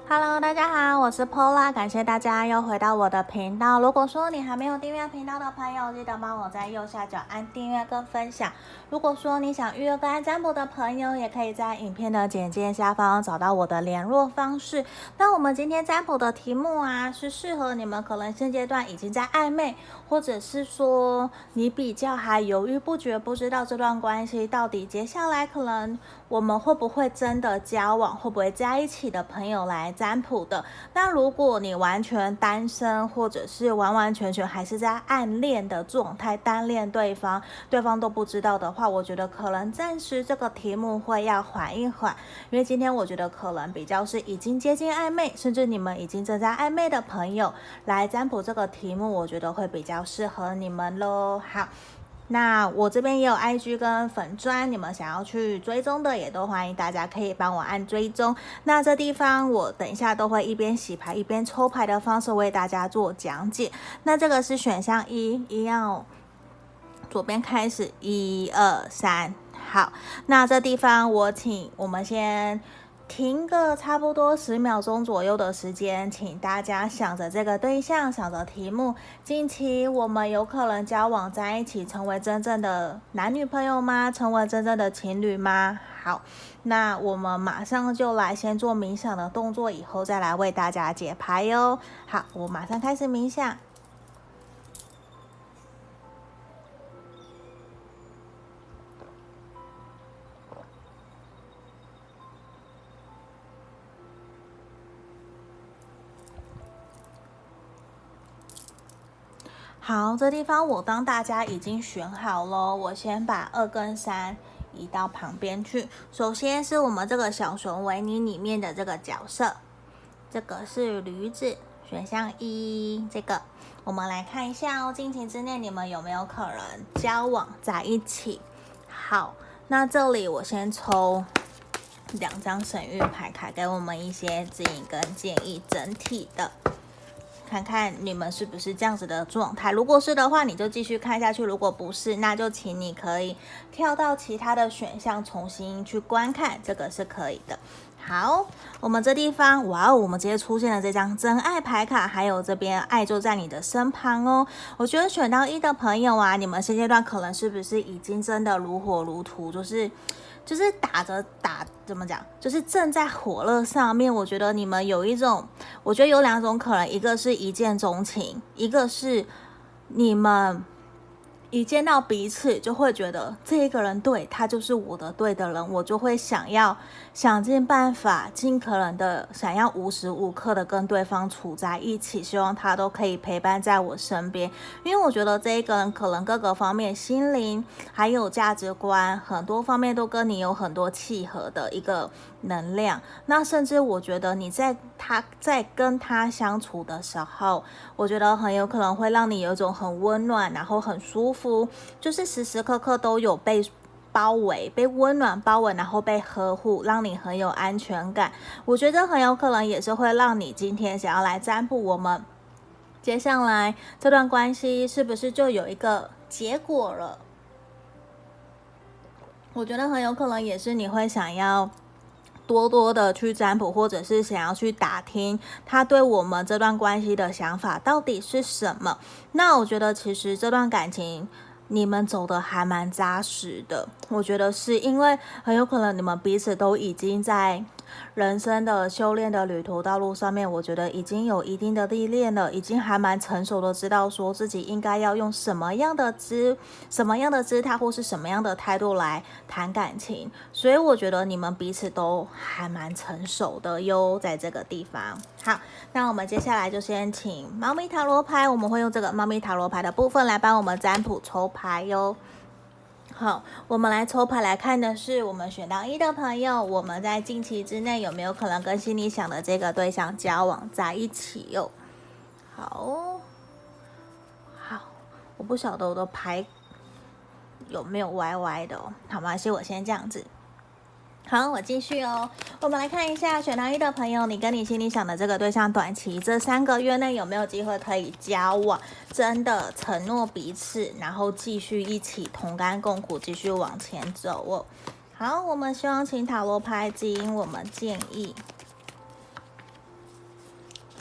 Hello，大家好，我是 Pola， 感谢大家又回到我的频道。如果说你还没有订阅频道的朋友，记得帮我在右下角按订阅跟分享。如果说你想预约个案占卜的朋友，也可以在影片的简介下方找到我的联络方式。那我们今天占卜的题目啊，是适合你们可能现阶段已经在暧昧，或者是说你比较还犹豫不决，不知道这段关系到底接下来可能我们会不会真的交往，会不会在一起的朋友来占卜的。那如果你完全单身，或者是完完全全还是在暗恋的状态，单恋对方，对方都不知道的话，我觉得可能暂时这个题目会要缓一缓，因为今天我觉得可能比较是已经接近暧昧，甚至你们已经正在暧昧的朋友来占卜这个题目，我觉得会比较适合你们咯。好，那我这边也有 IG 跟粉专，你们想要去追踪的也都欢迎大家可以帮我按追踪。那这地方我等一下都会一边洗牌一边抽牌的方式为大家做讲解。那这个是选项一样左边开始1、2、3。好，那这地方我们先停个差不多10秒钟左右的时间，请大家想着这个对象，想着题目，近期我们有可能交往在一起，成为真正的男女朋友吗？成为真正的情侣吗？好，那我们马上就来先做冥想的动作，以后再来为大家解牌哟。好，我马上开始冥想。好，这地方我当大家已经选好了，我先把2跟3移到旁边去。首先是我们这个小熊维尼里面的这个角色，这个是驴子，选项1，这个我们来看一下哦，近期之内你们有没有可能交往在一起？好，那这里我先抽2张神谕牌卡，给我们一些指引跟建议，整体的。看看你们是不是这样子的状态，如果是的话，你就继续看下去；如果不是，那就请你可以跳到其他的选项重新去观看，这个是可以的。好，我们这地方，哇哦，我们直接出现了这张真爱牌卡，还有这边爱就在你的身旁哦。我觉得选到1的朋友啊，你们现阶段可能是不是已经真的如火如荼，就是怎么讲，就是正在火热上面。我觉得你们有我觉得有2种可能，一个是一见钟情，一个是你们一见到彼此就会觉得这一个人对，他就是我的对的人，我就会想尽办法，尽可能的想要无时无刻的跟对方处在一起，希望他都可以陪伴在我身边。因为我觉得这一个人可能各个方面，心灵还有价值观很多方面都跟你有很多契合的一个能量。那甚至我觉得你在跟他相处的时候，我觉得很有可能会让你有一种很温暖，然后很舒服，就是时时刻刻都有被包围，被温暖包围，然后被呵护，让你很有安全感。我觉得很有可能也是会让你今天想要来占卜我们接下来这段关系是不是就有一个结果了。我觉得很有可能也是你会想要多多的去占卜，或者是想要去打听他对我们这段关系的想法到底是什么。那我觉得其实这段感情你们走的还蛮扎实的，我觉得是因为很有可能你们彼此都已经在人生的修炼的旅途道路上面，我觉得已经有一定的历练了，已经还蛮成熟的，知道说自己应该要用什么样的姿态或是什么样的态度来谈感情。所以我觉得你们彼此都还蛮成熟的哟，在这个地方。好，那我们接下来就先请猫咪塔罗牌，我们会用这个猫咪塔罗牌的部分来帮我们占卜抽牌哟。好，我们来抽牌来看的是我们选到1的朋友，我们在近期之内有没有可能跟心里想的这个对象交往在一起哟？好，我不晓得我的牌有没有歪歪的哦。好吗？我先这样子。好，我继续哦。我们来看一下选到1的朋友，你跟你心里想的这个对象短期这3个月内有没有机会可以交往，真的承诺彼此，然后继续一起同甘共苦，继续往前走哦。好，我们希望请塔罗牌指引我们建议。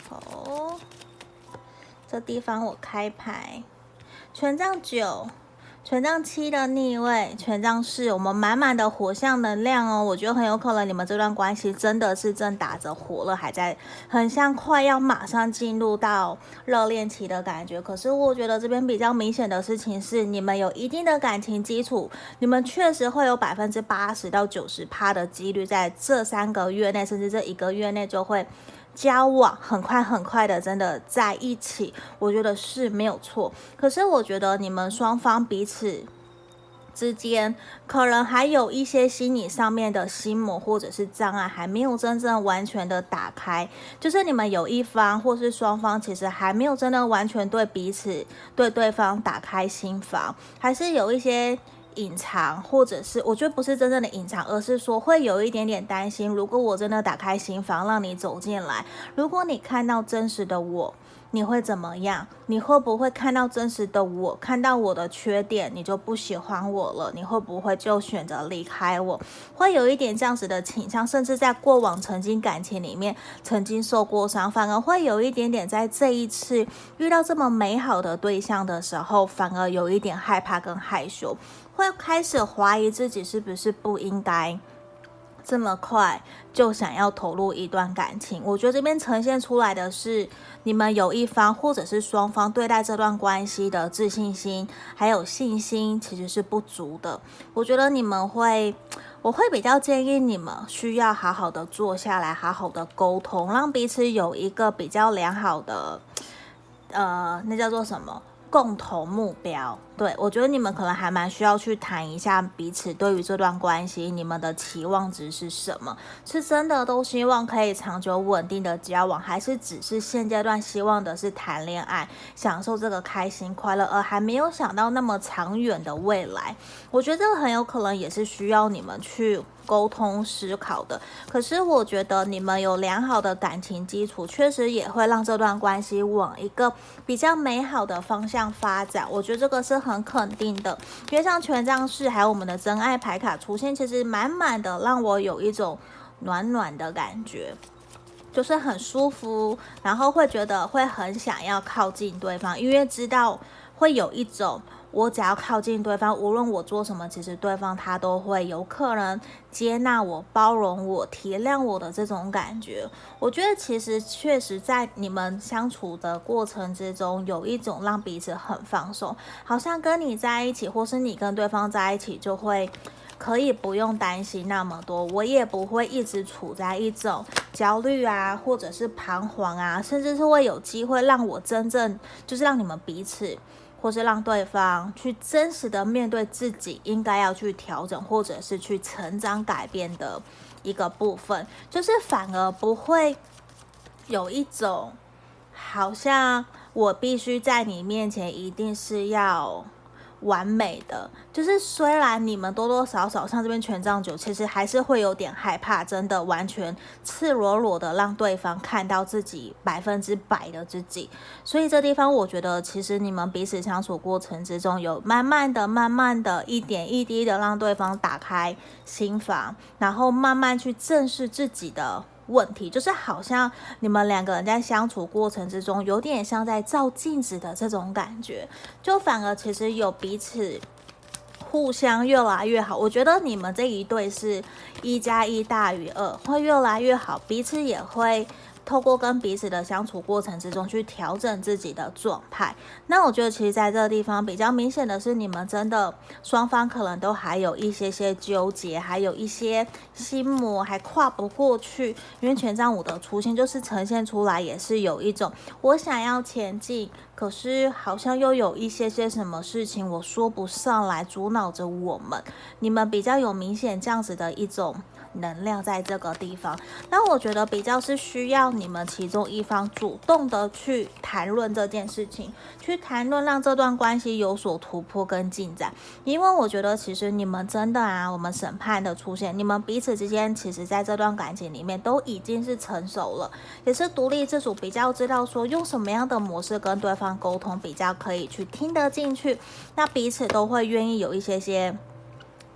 哦，这地方我开牌，权杖9。权杖7的逆位，权杖4，我们满满的火象能量哦。我觉得很有可能你们这段关系真的是正打着火热，还在很像快要马上进入到热恋期的感觉。可是我觉得这边比较明显的事情是，你们有一定的感情基础，你们确实会有80%到90%的几率在这3个月内，甚至这1个月内就会交往，很快的真的在一起，我觉得是没有错。可是我觉得你们双方彼此之间可能还有一些心理上面的心魔或者是障碍还没有真正完全的打开，就是你们有一方或是双方其实还没有真的完全对彼此对对方打开心房，还是有一些隐藏，或者是我觉得不是真正的隐藏，而是说会有一点点担心，如果我真的打开心房让你走进来，如果你看到真实的我，你会怎么样？你会不会看到真实的我，看到我的缺点，你就不喜欢我了？你会不会就选择离开我？会有一点这样子的倾向，甚至在过往曾经感情里面曾经受过伤，反而会有一点点在这一次遇到这么美好的对象的时候，反而有一点害怕跟害羞，会开始怀疑自己是不是不应该这么快就想要投入一段感情。我觉得这边呈现出来的是你们有一方或者是双方对待这段关系的自信心还有信心其实是不足的。我觉得我会比较建议你们需要好好的坐下来，好好的沟通，让彼此有一个比较良好的那叫做什么共同目标。对，我觉得你们可能还蛮需要去谈一下彼此对于这段关系你们的期望值是什么，是真的都希望可以长久稳定的交往，还是只是现阶段希望的是谈恋爱，享受这个开心快乐，而还没有想到那么长远的未来。我觉得这个很有可能也是需要你们去沟通思考的。可是我觉得你们有良好的感情基础，确实也会让这段关系往一个比较美好的方向发展，我觉得这个是很肯定的。因为像权杖4还有我们的真爱牌卡出现，其实满满的让我有一种暖暖的感觉，就是很舒服，然后会觉得会很想要靠近对方，因为知道会有一种我只要靠近对方，无论我做什么，其实对方他都会有可能接纳我、包容我、体谅我的这种感觉。我觉得其实确实在你们相处的过程之中，有一种让彼此很放松，好像跟你在一起，或是你跟对方在一起，就会可以不用担心那么多，我也不会一直处在一种焦虑啊，或者是彷徨啊，甚至是会有机会让我真正就是让你们彼此或是让对方去真实的面对自己应该要去调整或者是去成长改变的一个部分，就是反而不会有一种好像我必须在你面前一定是要完美的，就是虽然你们多多少少像这边权杖9，其实还是会有点害怕，真的完全赤裸裸的让对方看到自己100%的自己。所以这地方我觉得其实你们彼此相处过程之中，有慢慢的一点一滴的让对方打开心房，然后慢慢去正视自己的问题，就是好像你们两个人在相处过程之中有点像在照镜子的这种感觉，就反而其实有彼此互相越来越好。我觉得你们这一对是1+1大于2，会越来越好，彼此也会透过跟彼此的相处过程之中去调整自己的状态。那我觉得其实在这个地方比较明显的是，你们真的双方可能都还有一些纠结，还有一些心魔还跨不过去。因为权杖5的出现就是呈现出来也是有一种我想要前进，可是好像又有一些什么事情我说不上来，阻挠着我们。你们比较有明显这样子的一种能量在这个地方，那我觉得比较是需要你们其中一方主动的去谈论这件事情，去谈论让这段关系有所突破跟进展。因为我觉得其实你们真的我们审判的出现，你们彼此之间其实在这段感情里面都已经是成熟了，也是独立自主，比较知道说用什么样的模式跟对方沟通比较可以去听得进去，那彼此都会愿意有一些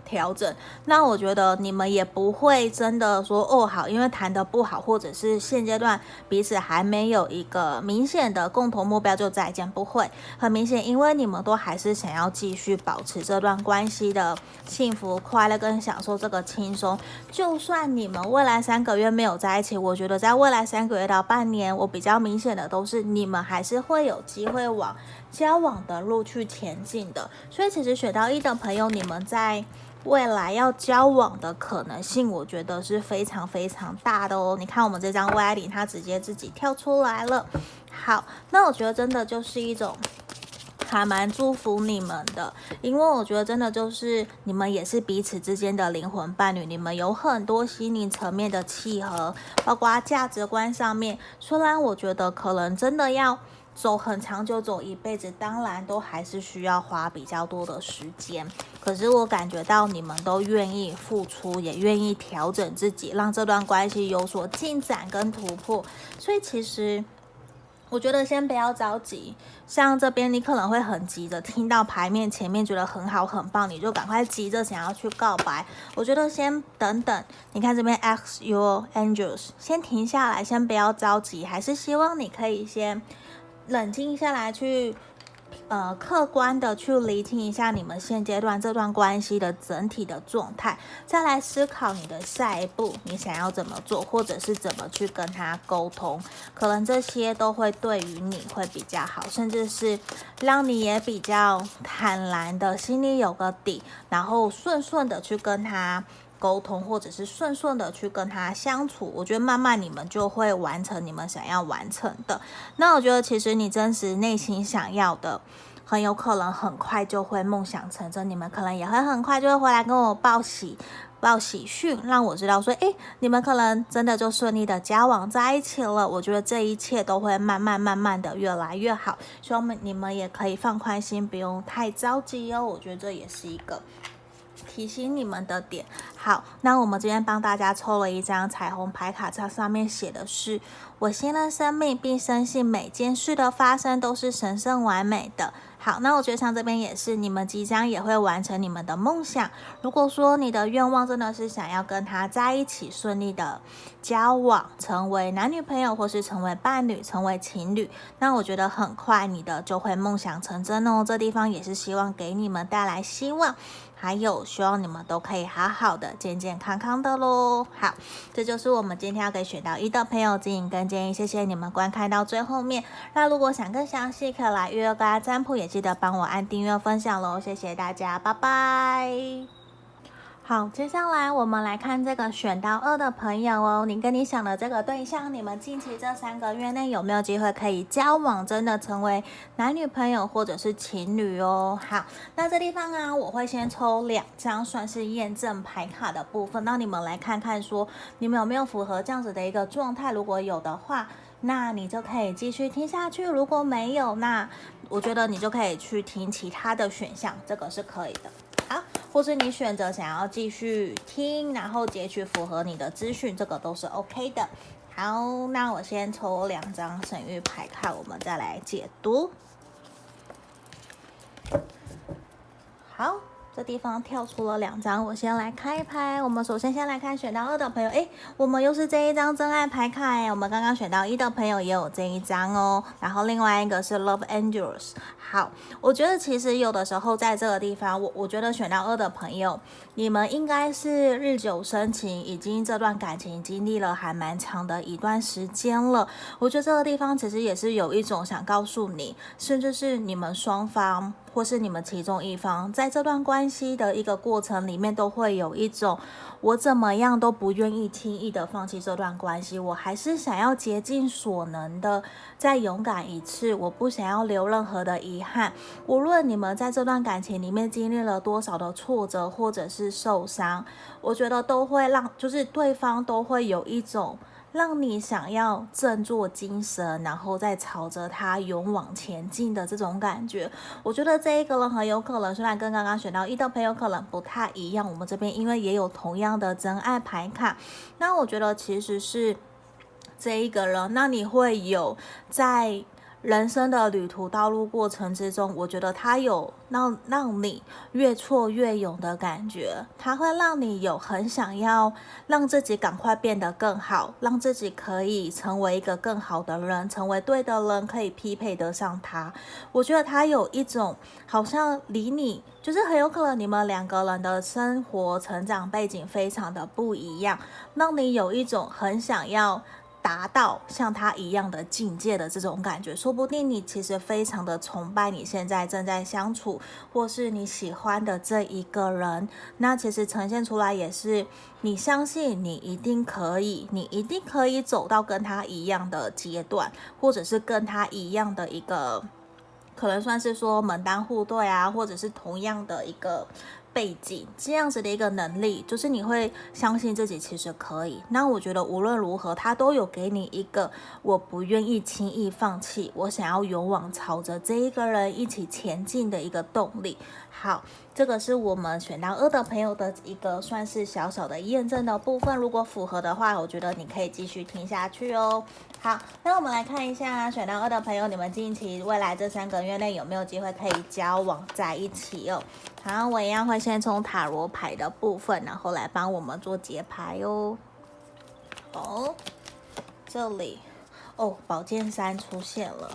调整。那我觉得你们也不会真的说哦好，因为谈得不好，或者是现阶段彼此还没有一个明显的共同目标就再见，不会。很明显，因为你们都还是想要继续保持这段关系的幸福、快乐跟享受这个轻松。就算你们未来3个月没有在一起，我觉得在未来3个月到半年，我比较明显的都是你们还是会有机会往交往的路去前进的。所以其实选到1的朋友，你们在未来要交往的可能性，我觉得是非常非常大的哦。你看我们这张 Y 它直接自己跳出来了。好，那我觉得真的就是一种还蛮祝福你们的，因为我觉得真的就是你们也是彼此之间的灵魂伴侣，你们有很多心灵层面的契合，包括价值观上面。虽然我觉得可能真的要走很长久，走一辈子，当然都还是需要花比较多的时间。可是我感觉到你们都愿意付出，也愿意调整自己，让这段关系有所进展跟突破。所以其实我觉得先不要着急，像这边你可能会很急着听到牌面前面觉得很好很棒，你就赶快急着想要去告白。我觉得先等等，你看这边 Ask your angels， 先停下来，先不要着急，还是希望你可以先冷静下来去客观的去厘清一下你们现阶段这段关系的整体的状态，再来思考你的下一步，你想要怎么做，或者是怎么去跟他沟通，可能这些都会对于你会比较好，甚至是让你也比较坦然的，心里有个底，然后顺顺的去跟他沟通，或者是顺顺的去跟他相处，我觉得慢慢你们就会完成你们想要完成的。那我觉得其实你真实内心想要的，很有可能很快就会梦想成真，你们可能也会很快就会回来跟我报喜讯，让我知道说，诶，你们可能真的就顺利的交往在一起了。我觉得这一切都会慢慢的越来越好，希望你们也可以放宽心，不用太着急哦。我觉得这也是一个提醒你们的点。好，那我们今天帮大家抽了一张彩虹牌卡，它上面写的是：我信任生命，并深信每件事的发生都是神圣完美的。好，那我觉得像这边也是，你们即将也会完成你们的梦想。如果说你的愿望真的是想要跟他在一起顺利的交往，成为男女朋友，或是成为伴侣，成为情侣，那我觉得很快你的就会梦想成真哦。这地方也是希望给你们带来希望，还有希望你们都可以好好的、健健康康的咯。好，这就是我们今天要给选到1的朋友指引跟建议，谢谢你们观看到最后面。那如果想更详细，可以来预约个案占卜，也记得帮我按订阅分享咯，谢谢大家，拜拜。好，接下来我们来看这个选到2的朋友哦，你跟你想的这个对象，你们近期这3个月内有没有机会可以交往，真的成为男女朋友或者是情侣哦？好，那这地方啊，我会先抽2张算是验证牌卡的部分，让你们来看看说你们有没有符合这样子的一个状态，如果有的话，那你就可以继续听下去，如果没有，那我觉得你就可以去听其他的选项，这个是可以的。好，或是你选择想要继续听，然后截取符合你的资讯，这个都是 OK 的。好，那我先抽2张神谕牌卡，我们再来解读。好，这地方跳出了2张，我先来开牌。我们首先来看选到2的朋友，我们又是这一张真爱牌卡我们刚刚选到1的朋友也有这一张哦，然后另外一个是 Love Angels。好，我觉得其实有的时候在这个地方，我觉得选到2的朋友，你们应该是日久生情，已经这段感情经历了还蛮长的一段时间了。我觉得这个地方其实也是有一种想告诉你，甚至是你们双方或是你们其中一方，在这段关系的一个过程里面，都会有一种我怎么样都不愿意轻易的放弃这段关系，我还是想要竭尽所能的再勇敢一次，我不想要留任何的遗憾。无论你们在这段感情里面经历了多少的挫折或者是受伤，我觉得都会让就是对方都会有一种让你想要振作精神，然后再朝着他勇往前进的这种感觉。我觉得这一个人很有可能，虽然跟刚刚选到1的朋友可能不太一样，我们这边因为也有同样的真爱牌卡，那我觉得其实是这一个人，那你会有在人生的旅途道路过程之中，我觉得它有让你越挫越勇的感觉，它会让你有很想要让自己赶快变得更好，让自己可以成为一个更好的人，成为对的人，可以匹配得上他。我觉得它有一种好像离你就是很有可能你们两个人的生活成长背景非常的不一样，让你有一种很想要达到像他一样的境界的这种感觉，说不定你其实非常的崇拜你现在正在相处或是你喜欢的这一个人，那其实呈现出来也是你相信你一定可以，你一定可以走到跟他一样的阶段，或者是跟他一样的一个可能算是说门当户对啊，或者是同样的一个背景，这样子的一个能力，就是你会相信自己其实可以。那我觉得无论如何，他都有给你一个我不愿意轻易放弃，我想要勇往朝着这一个人一起前进的一个动力。好，这个是我们选到2的朋友的一个算是小小的验证的部分，如果符合的话，我觉得你可以继续听下去哦。好，那我们来看一下选到2的朋友，你们近期未来这3个月内有没有机会可以交往在一起哦？好，我一样会先从塔罗牌的部分，然后来帮我们做解牌哦。哦，这里哦，宝剑3出现了。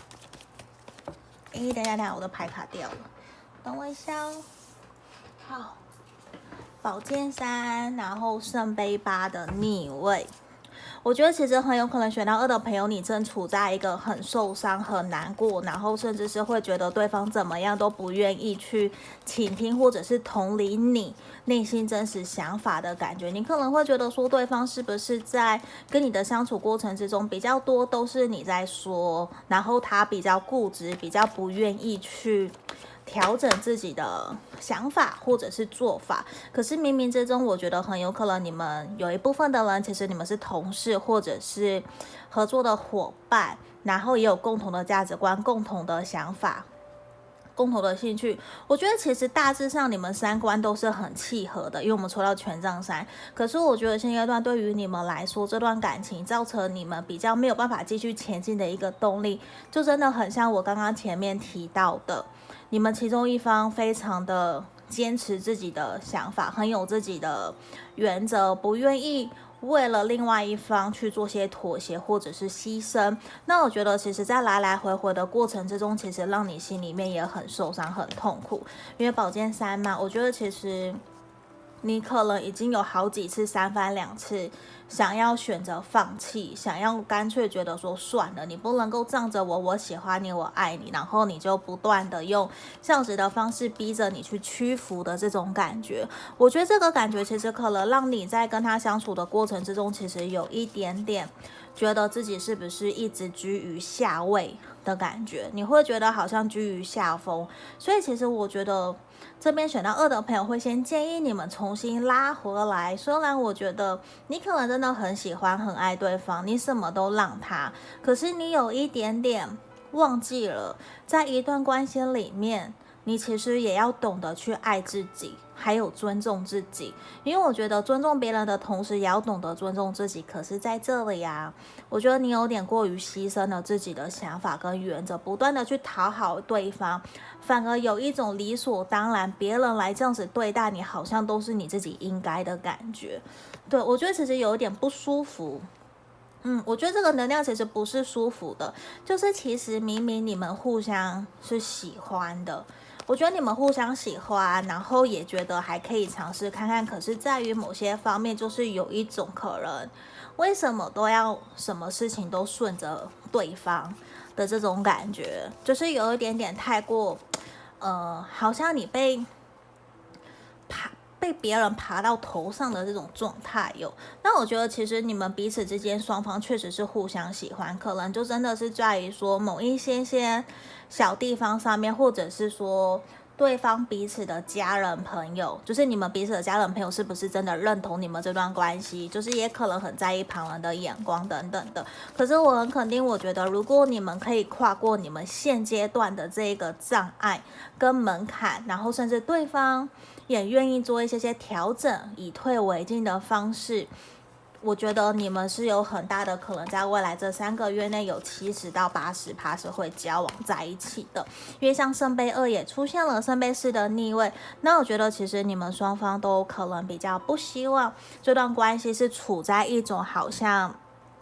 等一下，我的牌卡掉了，等我一下哦。好，宝剑3，然后圣杯8的逆位。我觉得其实很有可能选到2的朋友，你正处在一个很受伤、很难过，然后甚至是会觉得对方怎么样都不愿意去倾听，或者是同理你内心真实想法的感觉。你可能会觉得说，对方是不是在跟你的相处过程之中，比较多都是你在说，然后他比较固执，比较不愿意去调整自己的想法或者是做法，可是冥冥之中，我觉得很有可能你们有一部分的人，其实你们是同事或者是合作的伙伴，然后也有共同的价值观、共同的想法、共同的兴趣。我觉得其实大致上你们3观都是很契合的，因为我们抽到权杖3。可是我觉得现阶段对于你们来说，这段感情造成你们比较没有办法继续前进的一个动力，就真的很像我刚刚前面提到的。你们其中一方非常的坚持自己的想法，很有自己的原则，不愿意为了另外一方去做些妥协或者是牺牲。那我觉得其实在来来回回的过程之中，其实让你心里面也很受伤很痛苦，因为宝剑3嘛，我觉得其实你可能已经有好几次3番2次想要选择放弃，想要干脆觉得说算了，你不能够仗着我喜欢你，我爱你，然后你就不断的用这样子的方式逼着你去屈服的这种感觉。我觉得这个感觉其实可能让你在跟他相处的过程之中，其实有一点点觉得自己是不是一直居于下位的感觉，你会觉得好像居于下风。所以其实我觉得这边选到2的朋友会先建议你们重新拉回来。虽然我觉得你可能真的很喜欢很爱对方，你什么都让他，可是你有一点点忘记了，在一段关系里面，你其实也要懂得去爱自己，还有尊重自己。因为我觉得尊重别人的同时，也要懂得尊重自己。可是在这里啊，我觉得你有点过于牺牲了自己的想法跟原则，不断的去讨好对方，反而有一种理所当然，别人来这样子对待你，好像都是你自己应该的感觉。对，我觉得其实有一点不舒服。我觉得这个能量其实不是舒服的，就是其实明明你们互相是喜欢的，我觉得你们互相喜欢，然后也觉得还可以尝试看看，可是在于某些方面，就是有一种可能，为什么都要什么事情都顺着对方的这种感觉，就是有一点点太过，好像你被别人爬到头上的这种状态有。那我觉得其实你们彼此之间双方确实是互相喜欢，可能就真的是在于说某一些小地方上面，或者是说对方彼此的家人朋友，就是你们彼此的家人朋友是不是真的认同你们这段关系，就是也可能很在意旁人的眼光等等的。可是我很肯定，我觉得如果你们可以跨过你们现阶段的这个障碍跟门槛，然后甚至对方也愿意做一些调整，以退为进的方式， 我觉得你们是有很大的可能在未来这3个月内有70%到80%是会交往在一起的，因为像圣杯2也出现了圣杯4的逆位，那我觉得其实你们双方都可能比较不希望这段关系是处在一种好像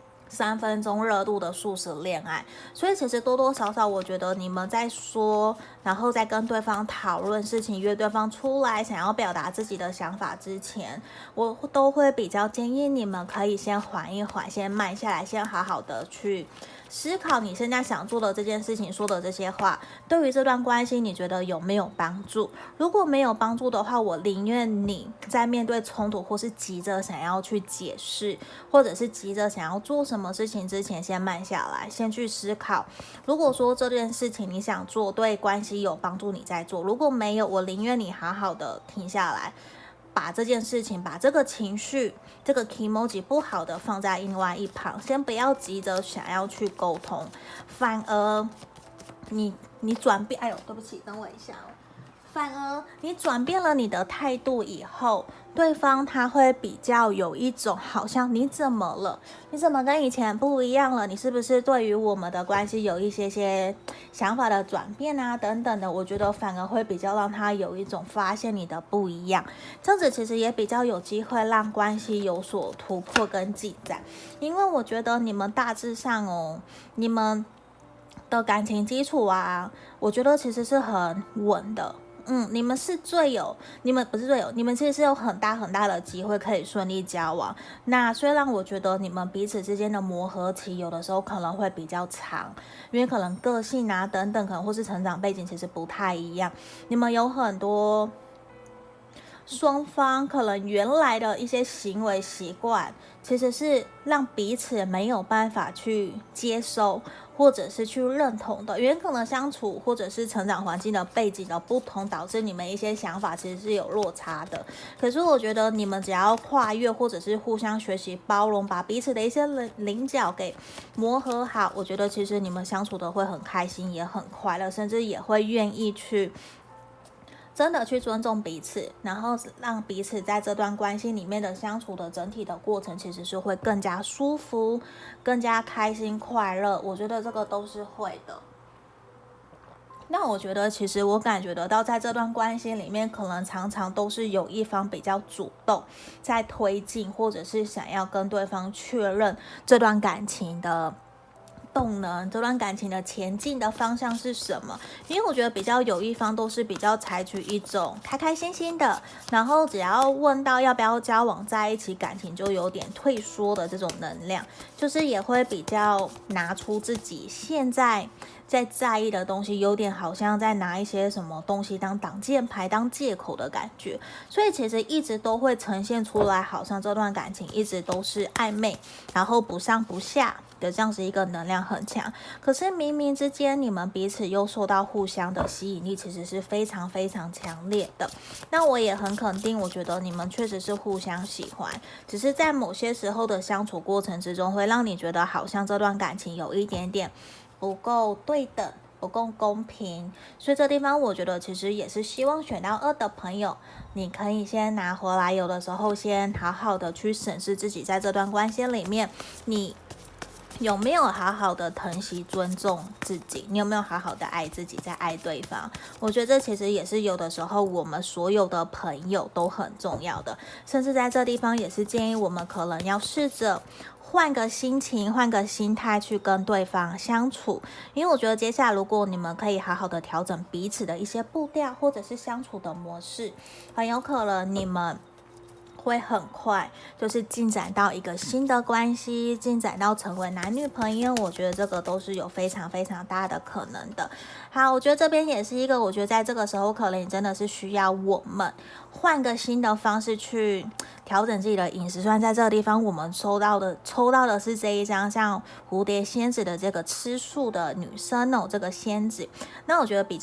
3分钟热度的速食恋爱，所以其实多多少少我觉得你们在说，然后在跟对方讨论事情，约对方出来想要表达自己的想法之前，我都会比较建议你们可以先缓一缓，先慢下来，先好好的去思考你现在想做的这件事情，说的这些话对于这段关系你觉得有没有帮助。如果没有帮助的话，我宁愿你在面对冲突或是急着想要去解释，或者是急着想要做什么事情之前，先慢下来，先去思考。如果说这件事情你想做，对关系有帮助，你再做；如果没有，我宁愿你好好的停下来，把这件事情，把这个情绪，这个 emoji 不好的放在另外一旁，先不要急着想要去沟通，反而你转变，哎呦，对不起，等我一下哦。反而你转变了你的态度以后，对方他会比较有一种好像你怎么了？你怎么跟以前不一样了？你是不是对于我们的关系有一些想法的转变啊？等等的，我觉得反而会比较让他有一种发现你的不一样，这样子其实也比较有机会让关系有所突破跟进展。因为我觉得你们大致上你们的感情基础啊，我觉得其实是很稳的。你们是最有，你们不是最有，你们其实是有很大很大的机会可以顺利交往。那虽然我觉得你们彼此之间的磨合期有的时候可能会比较长，因为可能个性啊等等，可能或是成长背景其实不太一样，你们有很多双方可能原来的一些行为习惯，其实是让彼此没有办法去接收，或者是去认同的，因为可能相处或者是成长环境的背景的不同，导致你们一些想法其实是有落差的。可是我觉得你们只要跨越，或者是互相学习包容，把彼此的一些棱角给磨合好，我觉得其实你们相处的会很开心，也很快乐，甚至也会愿意去真的去尊重彼此，然后让彼此在这段关系里面的相处的整体的过程其实是会更加舒服，更加开心快乐，我觉得这个都是会的。那我觉得其实我感觉得到在这段关系里面，可能常常都是有一方比较主动在推进，或者是想要跟对方确认这段感情的动能，这段感情的前进的方向是什么。因为我觉得比较有一方都是比较采取一种开开心心的，然后只要问到要不要交往在一起，感情就有点退缩的这种能量，就是也会比较拿出自己现在在意的东西，有点好像在拿一些什么东西当挡箭牌当借口的感觉，所以其实一直都会呈现出来好像这段感情一直都是暧昧，然后不上不下的这样子一个能量很强。可是冥冥之间你们彼此又受到互相的吸引力，其实是非常非常强烈的。那我也很肯定，我觉得你们确实是互相喜欢，只是在某些时候的相处过程之中，会让你觉得好像这段感情有一点点不够对等，不够公平。所以这地方我觉得其实也是希望选到2的朋友，你可以先拿回来，有的时候先好好的去审视自己在这段关系里面，你有没有好好的疼惜尊重自己，你有没有好好的爱自己，在爱对方。我觉得这其实也是有的时候我们所有的朋友都很重要的，甚至在这地方也是建议我们可能要试着换个心情，换个心态去跟对方相处。因为我觉得接下来如果你们可以好好的调整彼此的一些步调，或者是相处的模式，很有可能你们会很快就是进展到一个新的关系，进展到成为男女朋友，我觉得这个都是有非常非常大的可能的。好，我觉得这边也是一个，我觉得在这个时候可能你真的是需要我们换个新的方式去调整自己的饮食。虽然在这个地方我们抽到的是这一张像蝴蝶仙子的这个吃素的女生这个仙子，那我觉得比较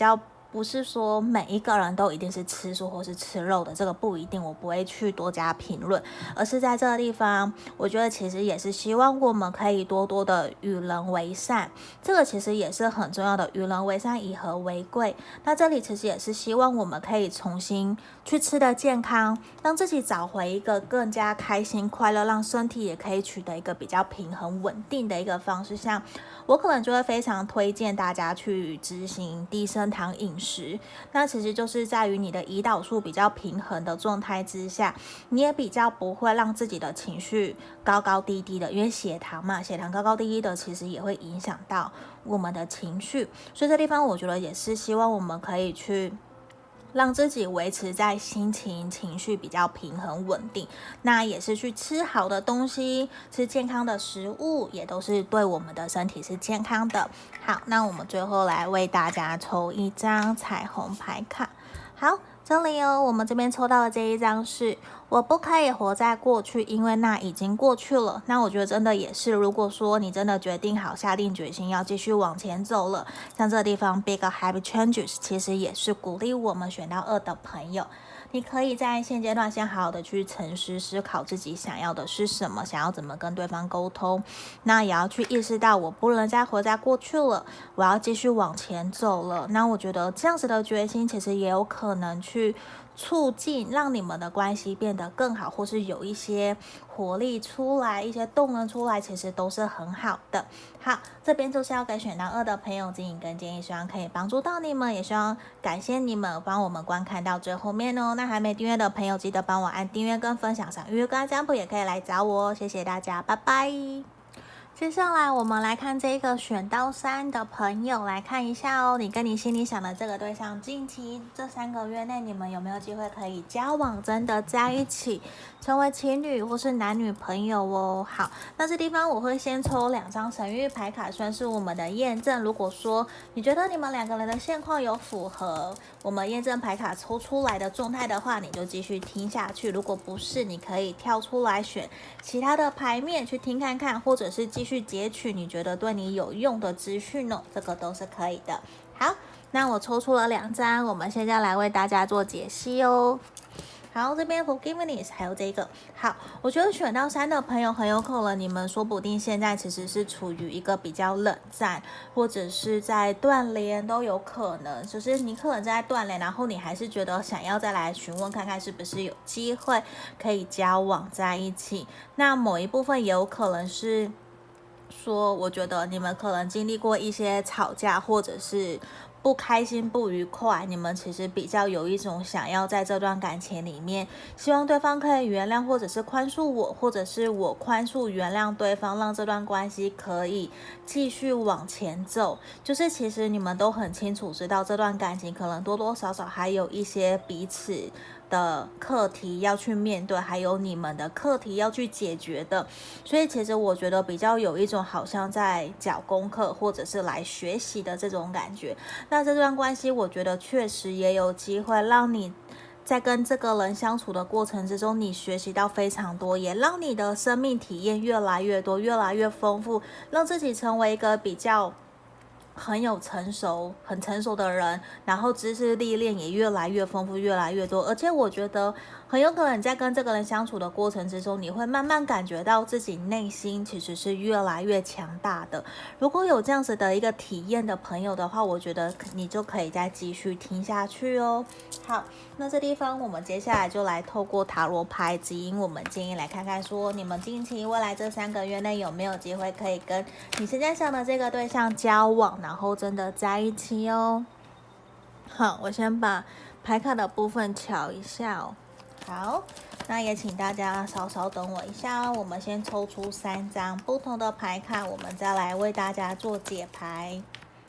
不是说每一个人都一定是吃素或是吃肉的，这个不一定，我不会去多加评论，而是在这个地方，我觉得其实也是希望我们可以多多的与人为善，这个其实也是很重要的，与人为善，以和为贵。那这里其实也是希望我们可以重新去吃的健康，让自己找回一个更加开心快乐，让身体也可以取得一个比较平衡稳定的一个方式。像我可能就会非常推荐大家去执行低升糖饮食，那其实就是在于你的胰岛素比较平衡的状态之下，你也比较不会让自己的情绪高高低低的，因为血糖嘛，血糖高高低低的其实也会影响到我们的情绪，所以这地方我觉得也是希望我们可以去让自己维持在心情情绪比较平衡稳定，那也是去吃好的东西，吃健康的食物，也都是对我们的身体是健康的。好，那我们最后来为大家抽一张彩虹牌卡。好，这里哦，我们这边抽到的这一张是我不可以活在过去，因为那已经过去了。那我觉得真的也是，如果说你真的决定好，下定决心要继续往前走了，像这个地方 Big Happy Changes 其实也是鼓励我们选到2的朋友，你可以在现阶段先好好的去沉思考自己想要的是什么，想要怎么跟对方沟通，那也要去意识到我不能再活在过去了，我要继续往前走了。那我觉得这样子的决心其实也有可能去促进让你们的关系变得更好，或是有一些活力出来，一些动能出来，其实都是很好的。好，这边就是要给选到2的朋友指引跟建议，希望可以帮助到你们，也希望感谢你们帮我们观看到最后面哦。那还没订阅的朋友记得帮我按订阅跟分享，想预约跟占卜也可以来找我哦。谢谢大家，拜拜。接下来我们来看这个选到3的朋友，来看一下哦，你跟你心里想的这个对象，近期这3个月内，你们有没有机会可以交往，真的在一起，成为情侣或是男女朋友哦？好，那这地方我会先抽2张神谕牌卡，算是我们的验证。如果说你觉得你们2个人的现况有符合我们验证牌卡抽出来的状态的话，你就继续听下去。如果不是，你可以跳出来选其他的牌面去听看看，或者是继续截取你觉得对你有用的资讯哦，这个都是可以的。好，那我抽出了2张，我们现在来为大家做解析哦。好，这边 Forgiveness 还有这个。好，我觉得选到3的朋友，很有可能你们说不定现在其实是处于一个比较冷战，或者是在断联都有可能。就是你可能在断联，然后你还是觉得想要再来询问看看是不是有机会可以交往在一起。那某一部分也有可能是说，我觉得你们可能经历过一些吵架，或者是不开心不愉快，你们其实比较有一种想要在这段感情里面，希望对方可以原谅或者是宽恕我，或者是我宽恕原谅对方，让这段关系可以继续往前走。就是其实你们都很清楚知道这段感情可能多多少少还有一些彼此的课题要去面对，还有你们的课题要去解决的，所以其实我觉得比较有一种好像在缴功课或者是来学习的这种感觉。那这段关系我觉得确实也有机会让你在跟这个人相处的过程之中，你学习到非常多，也让你的生命体验越来越多，越来越丰富，让自己成为一个比较很成熟的人，然后知识历练也越来越丰富，越来越多。而且我觉得很有可能在跟这个人相处的过程之中，你会慢慢感觉到自己内心其实是越来越强大的。如果有这样子的一个体验的朋友的话，我觉得你就可以再继续听下去哦。好，那这地方我们接下来就来透过塔罗牌指引我们建议，来看看说你们近期未来这3个月内有没有机会可以跟你现在想的这个对象交往，然后真的在一起哦。好，我先把牌卡的部分瞧一下哦。好，那也请大家稍等我一下哦。我们先抽出3张不同的牌卡，我们再来为大家做解牌。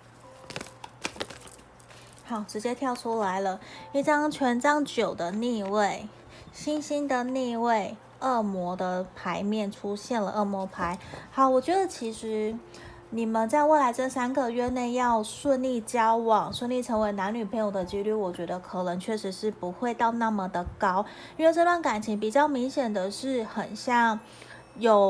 好，直接跳出来了，一张权杖9的逆位，星星的逆位，恶魔的牌面出现了，恶魔牌。好，我觉得其实你们在未来这3个月内要顺利交往，顺利成为男女朋友的几率，我觉得可能确实是不会到那么的高，因为这段感情比较明显的是很像有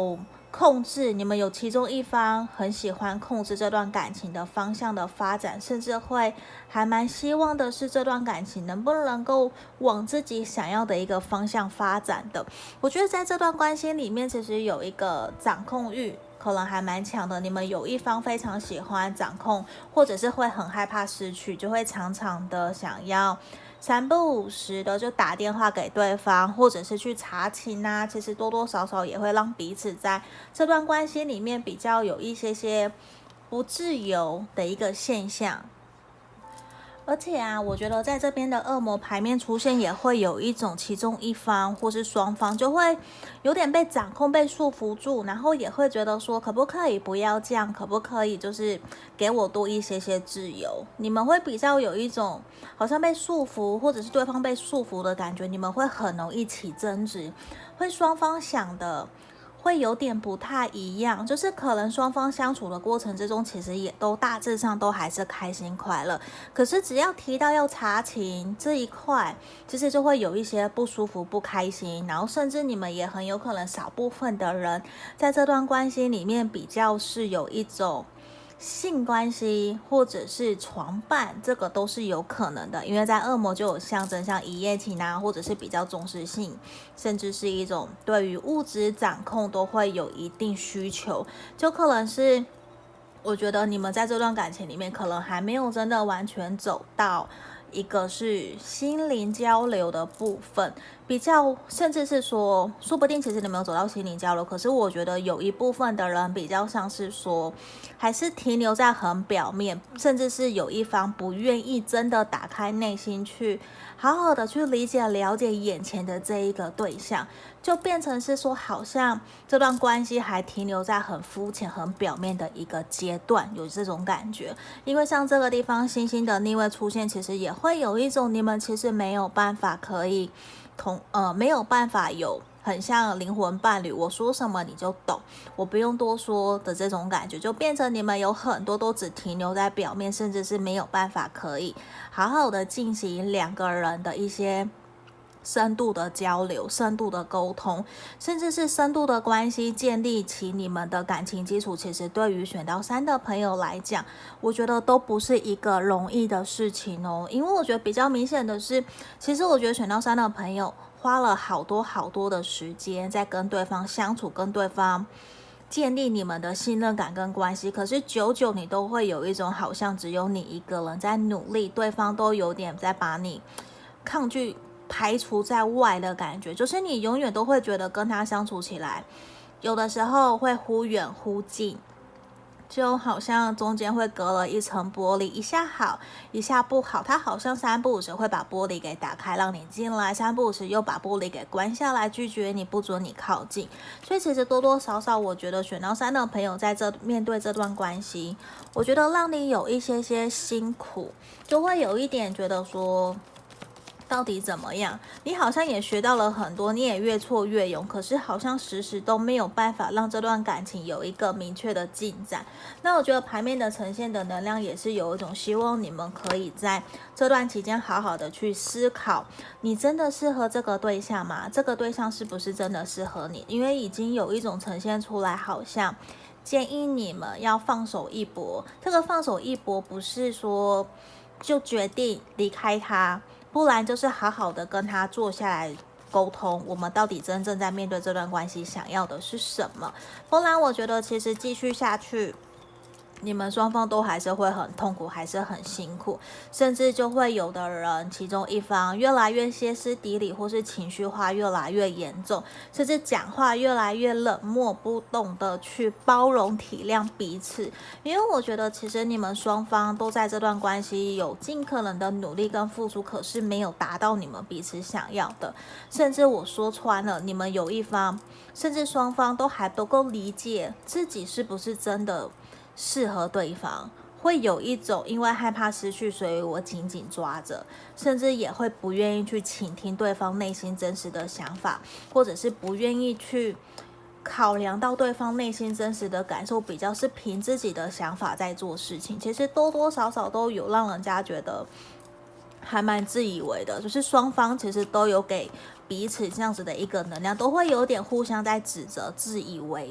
控制，你们有其中一方很喜欢控制这段感情的方向的发展，甚至会还蛮希望的是这段感情能不能够往自己想要的一个方向发展的。我觉得在这段关系里面，其实有一个掌控欲可能还蛮强的，你们有一方非常喜欢掌控，或者是会很害怕失去，就会常常的想要三不五时的就打电话给对方，或者是去查情啊，其实多多少少也会让彼此在这段关系里面比较有一些不自由的一个现象。而且啊，我觉得在这边的恶魔牌面出现，也会有一种其中一方或是双方就会有点被掌控、被束缚住，然后也会觉得说，可不可以不要这样？可不可以就是给我多一些自由？你们会比较有一种好像被束缚，或者是对方被束缚的感觉，你们会很容易起争执，会双方想的会有点不太一样，就是可能双方相处的过程之中，其实也都大致上都还是开心快乐，可是只要提到要查情这一块，其实就会有一些不舒服、不开心，然后甚至你们也很有可能少部分的人在这段关系里面比较是有一种性关系或者是床伴，这个都是有可能的，因为在恶魔就有象征像一夜情啊，或者是比较重视性，甚至是一种对于物质掌控都会有一定需求，就可能是我觉得你们在这段感情里面可能还没有真的完全走到一个是心灵交流的部分，比较甚至是说说不定其实你没有走到心灵交流，可是我觉得有一部分的人比较像是说还是停留在很表面，甚至是有一方不愿意真的打开内心去好好的去理解了解眼前的这一个对象，就变成是说好像这段关系还停留在很肤浅很表面的一个阶段，有这种感觉。因为像这个地方星星的逆位出现，其实也会有一种你们其实没有办法可以没有办法有很像灵魂伴侣，我说什么你就懂，我不用多说的这种感觉，就变成你们有很多都只停留在表面，甚至是没有办法可以好好的进行两个人的一些深度的交流、深度的沟通，甚至是深度的关系建立起你们的感情基础，其实对于选到3的朋友来讲，我觉得都不是一个容易的事情哦。因为我觉得比较明显的是，其实我觉得选到3的朋友花了好多的时间在跟对方相处，跟对方建立你们的信任感跟关系，可是久久你都会有一种好像只有你一个人在努力，对方都有点在把你抗拒排除在外的感觉，就是你永远都会觉得跟他相处起来，有的时候会忽远忽近，就好像中间会隔了一层玻璃，一下好一下不好，他好像三不五时会把玻璃给打开让你进来，三不五时又把玻璃给关下来，拒绝你，不准你靠近。所以其实多多少少我觉得选到3的朋友在面对这段关系，我觉得让你有一些辛苦，就会有一点觉得说到底怎么样？你好像也学到了很多，你也越挫越勇，可是好像时时都没有办法让这段感情有一个明确的进展。那我觉得牌面的呈现的能量也是有一种希望你们可以在这段期间好好的去思考，你真的适合这个对象吗？这个对象是不是真的适合你？因为已经有一种呈现出来，好像建议你们要放手一搏。这个放手一搏不是说就决定离开他，不然就是好好的跟他坐下来沟通，我们到底真正在面对这段关系想要的是什么。不然我觉得其实继续下去，你们双方都还是会很痛苦，还是很辛苦，甚至就会有的人其中一方越来越歇斯底里，或是情绪化越来越严重，甚至讲话越来越冷漠，不懂得去包容体谅彼此。因为我觉得其实你们双方都在这段关系有尽可能的努力跟付出，可是没有达到你们彼此想要的，甚至我说穿了，你们有一方甚至双方都还不够理解自己是不是真的适合对方，会有一种因为害怕失去，所以我紧紧抓着，甚至也会不愿意去倾听对方内心真实的想法，或者是不愿意去考量到对方内心真实的感受，比较是凭自己的想法在做事情。其实多多少少都有让人家觉得还蛮自以为的，就是双方其实都有给彼此这样子的一个能量，都会有点互相在指责、自以为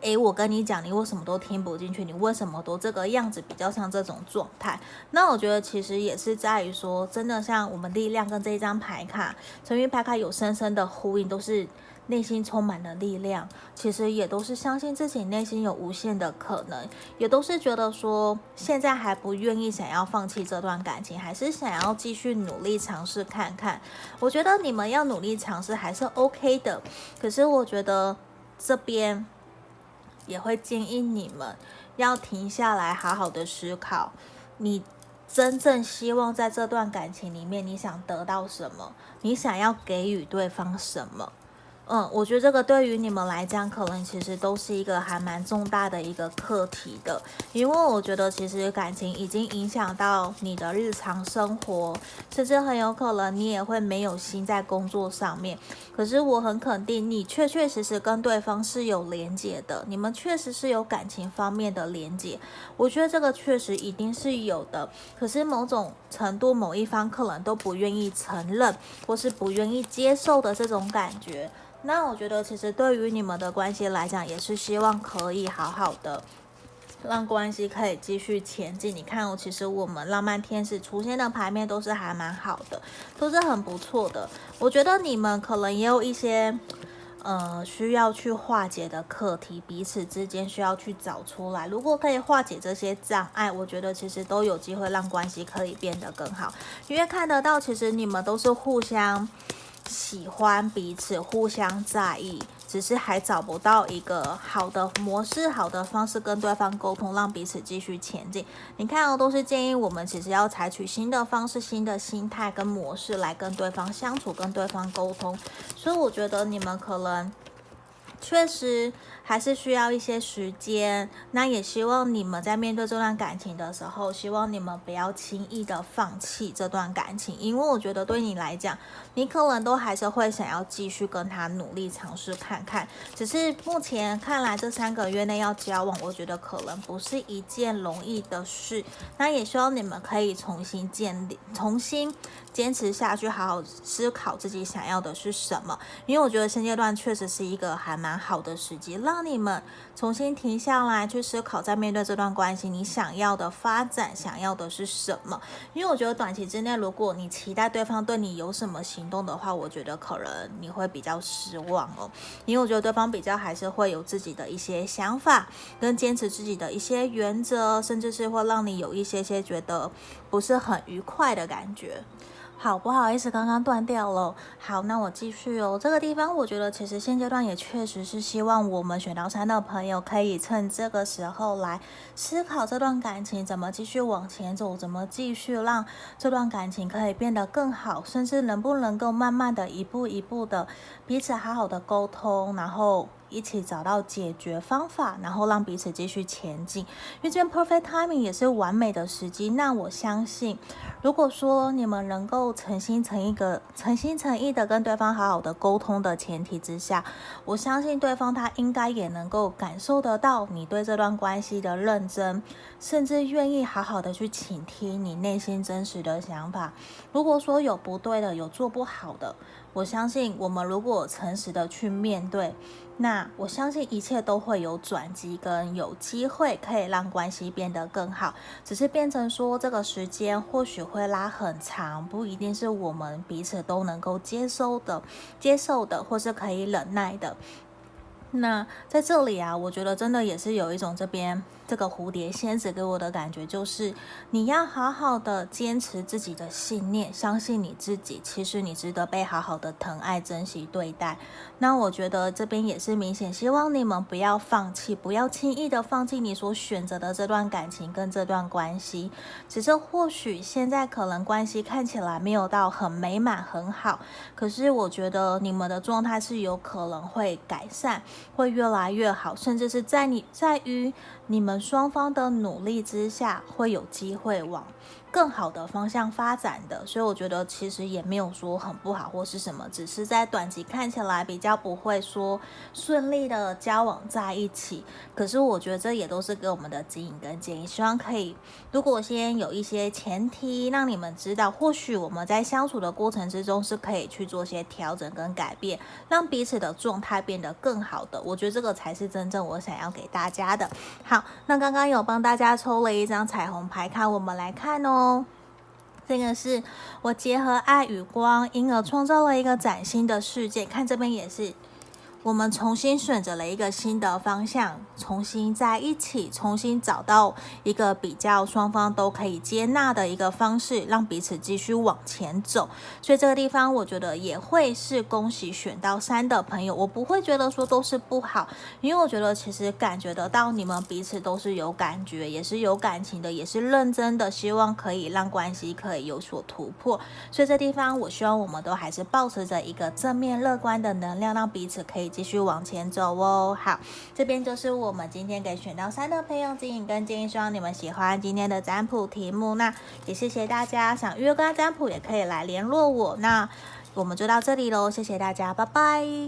我跟你讲，你为什么都听不进去？你为什么都这个样子？比较像这种状态。那我觉得其实也是在于说，真的像我们力量跟这一张牌卡，成运牌卡有深深的呼应，都是内心充满了力量，其实也都是相信自己内心有无限的可能，也都是觉得说现在还不愿意想要放弃这段感情，还是想要继续努力尝试看看。我觉得你们要努力尝试还是 OK 的，可是我觉得这边也会建议你们要停下来好好的思考，你真正希望在这段感情里面你想得到什么，你想要给予对方什么。我觉得这个对于你们来讲，可能其实都是一个还蛮重大的一个课题的，因为我觉得其实感情已经影响到你的日常生活，甚至很有可能你也会没有心在工作上面。可是我很肯定，你确确实实跟对方是有连结的，你们确实是有感情方面的连结，我觉得这个确实一定是有的。可是某种程度，某一方可能都不愿意承认，或是不愿意接受的这种感觉。那我觉得其实对于你们的关系来讲，也是希望可以好好的让关系可以继续前进。你看其实我们浪漫天使出现的牌面都是还蛮好的，都是很不错的。我觉得你们可能也有一些需要去化解的课题，彼此之间需要去找出来。如果可以化解这些障碍，我觉得其实都有机会让关系可以变得更好。因为看得到，其实你们都是互相喜欢彼此，互相在意，只是还找不到一个好的模式、好的方式跟对方沟通，让彼此继续前进。你看都是建议我们其实要采取新的方式、新的心态跟模式来跟对方相处、跟对方沟通。所以我觉得你们可能确实还是需要一些时间，那也希望你们在面对这段感情的时候，希望你们不要轻易的放弃这段感情，因为我觉得对你来讲，你可能都还是会想要继续跟他努力尝试看看，只是目前看来这3个月内要交往，我觉得可能不是一件容易的事。那也希望你们可以重新坚持下去，好好思考自己想要的是什么，因为我觉得现阶段确实是一个还蛮好的时机，让你们重新停下来去思考，在面对这段关系你想要的发展，想要的是什么。因为我觉得短期之内，如果你期待对方对你有什么行动的话，我觉得可能你会比较失望哦，因为我觉得对方比较还是会有自己的一些想法，跟坚持自己的一些原则，甚至是会让你有一些觉得不是很愉快的感觉。好，不好意思，刚刚断掉了。好，那我继续哦。这个地方，我觉得其实现阶段也确实是希望我们选到3的朋友可以趁这个时候来思考这段感情怎么继续往前走，怎么继续让这段感情可以变得更好，甚至能不能够慢慢的一步一步的彼此好好的沟通，然后一起找到解决方法，然后让彼此继续前进。因为这边 perfect timing 也是完美的时机。那我相信，如果说你们能够诚心诚意的跟对方好好的沟通的前提之下，我相信对方他应该也能够感受得到你对这段关系的认真，甚至愿意好好的去倾听你内心真实的想法。如果说有不对的，有做不好的，我相信我们如果诚实的去面对，那我相信一切都会有转机，跟有机会可以让关系变得更好。只是变成说这个时间或许会拉很长，不一定是我们彼此都能够接受的，或是可以忍耐的。那在这里啊，我觉得真的也是有一种这个蝴蝶仙子给我的感觉，就是你要好好的坚持自己的信念，相信你自己，其实你值得被好好的疼爱、珍惜对待。那我觉得这边也是明显希望你们不要放弃，不要轻易的放弃你所选择的这段感情跟这段关系。只是或许现在可能关系看起来没有到很美满很好，可是我觉得你们的状态是有可能会改善，会越来越好，甚至是在于你们们双方的努力之下，会有机会往更好的方向发展的，所以我觉得其实也没有说很不好或是什么，只是在短期看起来比较不会说顺利的交往在一起。可是我觉得这也都是给我们的指引跟建议，希望可以，如果先有一些前提让你们知道，或许我们在相处的过程之中是可以去做些调整跟改变，让彼此的状态变得更好的。我觉得这个才是真正我想要给大家的。好，那刚刚有帮大家抽了一张彩虹牌卡，我们来看哦。这个是我结合爱与光，因而创造了一个崭新的世界。看这边也是，我们重新选择了一个新的方向，重新在一起，重新找到一个比较双方都可以接纳的一个方式，让彼此继续往前走。所以这个地方我觉得也会是恭喜选到3的朋友，我不会觉得说都是不好，因为我觉得其实感觉得到你们彼此都是有感觉，也是有感情的，也是认真的，希望可以让关系可以有所突破。所以这地方我希望我们都还是保持着一个正面乐观的能量，让彼此可以继续往前走哦。好，这边就是我们今天给选到3的朋友指引跟建议，希望你们喜欢今天的占卜题目。那也谢谢大家，想预约跟占卜也可以来联络我。那我们就到这里咯，谢谢大家，拜拜。